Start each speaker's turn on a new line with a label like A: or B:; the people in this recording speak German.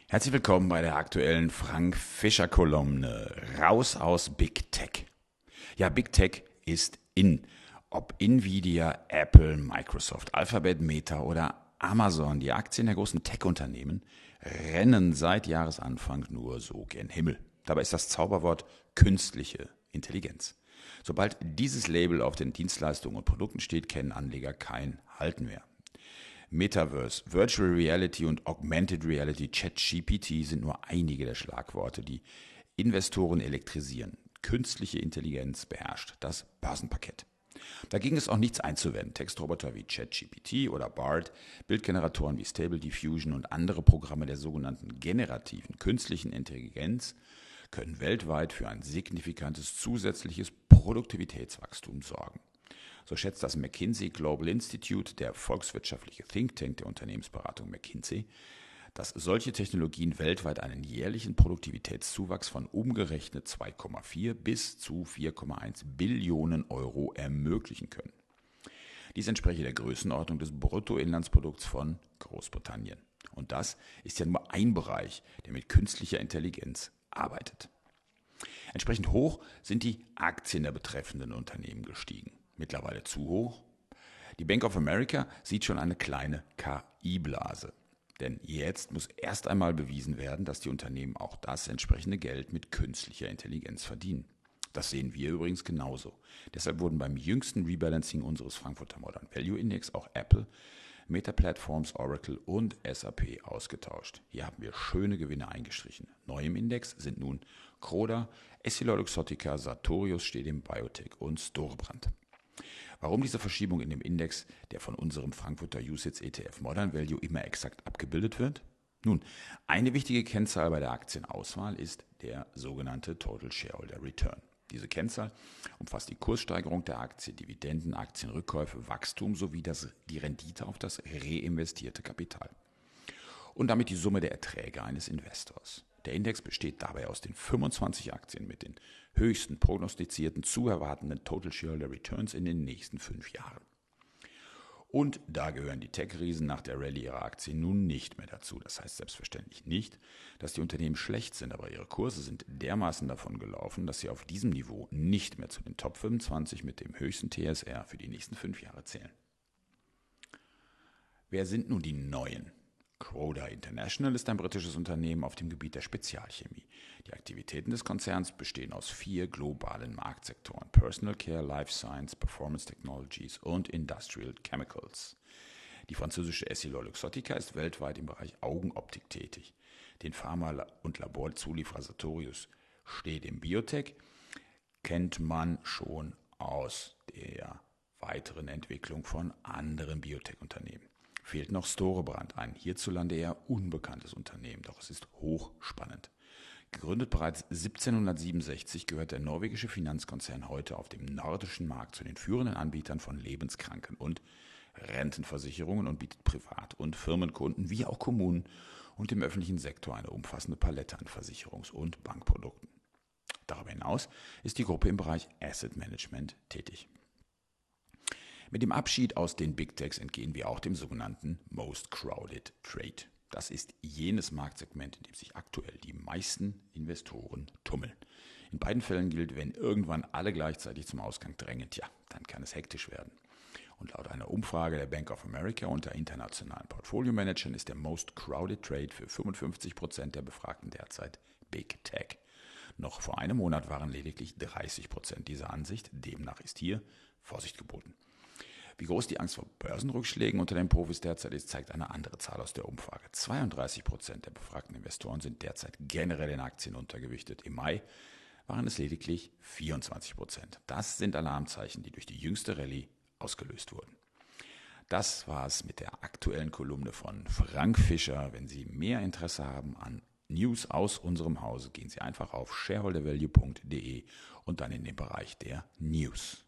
A: Herzlich willkommen bei der aktuellen Frank Fischer Kolumne. Raus aus Big Tech. Ja, Big Tech ist in. Ob Nvidia, Apple, Microsoft, Alphabet, Meta oder Amazon, die Aktien der großen Tech-Unternehmen rennen seit Jahresanfang nur so gen Himmel. Dabei ist das Zauberwort künstliche Intelligenz. Sobald dieses Label auf den Dienstleistungen und Produkten steht, kennen Anleger kein Halten mehr. Metaverse, Virtual Reality und Augmented Reality, ChatGPT sind nur einige der Schlagworte, die Investoren elektrisieren. Künstliche Intelligenz beherrscht das Börsenparkett. Dagegen ist auch nichts einzuwenden. Textroboter wie ChatGPT oder BARD, Bildgeneratoren wie Stable Diffusion und andere Programme der sogenannten generativen künstlichen Intelligenz können weltweit für ein signifikantes zusätzliches Produktivitätswachstum sorgen. So schätzt das McKinsey Global Institute, der volkswirtschaftliche Think Tank der Unternehmensberatung McKinsey, dass solche Technologien weltweit einen jährlichen Produktivitätszuwachs von umgerechnet 2,4 bis zu 4,1 Billionen Euro ermöglichen können. Dies entspreche der Größenordnung des Bruttoinlandsprodukts von Großbritannien. Und das ist ja nur ein Bereich, der mit künstlicher Intelligenz arbeitet. Entsprechend hoch sind die Aktien der betreffenden Unternehmen gestiegen. Mittlerweile zu hoch. Die Bank of America sieht schon eine kleine KI-Blase. Denn jetzt muss erst einmal bewiesen werden, dass die Unternehmen auch das entsprechende Geld mit künstlicher Intelligenz verdienen. Das sehen wir übrigens genauso. Deshalb wurden beim jüngsten Rebalancing unseres Frankfurter Modern Value Index auch Apple, Meta Platforms, Oracle und SAP ausgetauscht. Hier haben wir schöne Gewinne eingestrichen. Neu im Index sind nun Croda, EssilorLuxottica, Sartorius steht im Biotech und Storebrand. Warum diese Verschiebung in dem Index, der von unserem Frankfurter UCITS ETF Modern Value immer exakt abgebildet wird? Nun, eine wichtige Kennzahl bei der Aktienauswahl ist der sogenannte Total Shareholder Return. Diese Kennzahl umfasst die Kurssteigerung der Aktie, Dividenden, Aktienrückkäufe, Wachstum sowie die Rendite auf das reinvestierte Kapital. Und damit die Summe der Erträge eines Investors. Der Index besteht dabei aus den 25 Aktien mit den höchsten prognostizierten zu erwartenden Total Shareholder Returns in den nächsten 5 Jahren. Und da gehören die Tech-Riesen nach der Rallye ihrer Aktien nun nicht mehr dazu. Das heißt selbstverständlich nicht, dass die Unternehmen schlecht sind, aber ihre Kurse sind dermaßen davon gelaufen, dass sie auf diesem Niveau nicht mehr zu den Top 25 mit dem höchsten TSR für die nächsten 5 Jahre zählen. Wer sind nun die Neuen? Croda International ist ein britisches Unternehmen auf dem Gebiet der Spezialchemie. Die Aktivitäten des Konzerns bestehen aus 4 globalen Marktsektoren: Personal Care, Life Science, Performance Technologies und Industrial Chemicals. Die französische EssilorLuxottica ist weltweit im Bereich Augenoptik tätig. Den Pharma- und Laborzulieferer Sartorius steht im Biotech, kennt man schon aus der weiteren Entwicklung von anderen Biotech-Unternehmen. Fehlt noch Storebrand, ein hierzulande eher unbekanntes Unternehmen, doch es ist hochspannend. Gegründet bereits 1767 gehört der norwegische Finanzkonzern heute auf dem nordischen Markt zu den führenden Anbietern von Lebenskranken- und Rentenversicherungen und bietet Privat- und Firmenkunden wie auch Kommunen und dem öffentlichen Sektor eine umfassende Palette an Versicherungs- und Bankprodukten. Darüber hinaus ist die Gruppe im Bereich Asset Management tätig. Mit dem Abschied aus den Big Techs entgehen wir auch dem sogenannten Most Crowded Trade. Das ist jenes Marktsegment, in dem sich aktuell die meisten Investoren tummeln. In beiden Fällen gilt, wenn irgendwann alle gleichzeitig zum Ausgang drängen, dann kann es hektisch werden. Und laut einer Umfrage der Bank of America unter internationalen Portfolio-Managern ist der Most Crowded Trade für 55% der Befragten derzeit Big Tech. Noch vor einem Monat waren lediglich 30% dieser Ansicht, demnach ist hier Vorsicht geboten. Wie groß die Angst vor Börsenrückschlägen unter den Profis derzeit ist, zeigt eine andere Zahl aus der Umfrage. 32% der befragten Investoren sind derzeit generell in Aktien untergewichtet. Im Mai waren es lediglich 24%. Das sind Alarmzeichen, die durch die jüngste Rallye ausgelöst wurden. Das war's mit der aktuellen Kolumne von Frank Fischer. Wenn Sie mehr Interesse haben an News aus unserem Hause, gehen Sie einfach auf shareholdervalue.de und dann in den Bereich der News.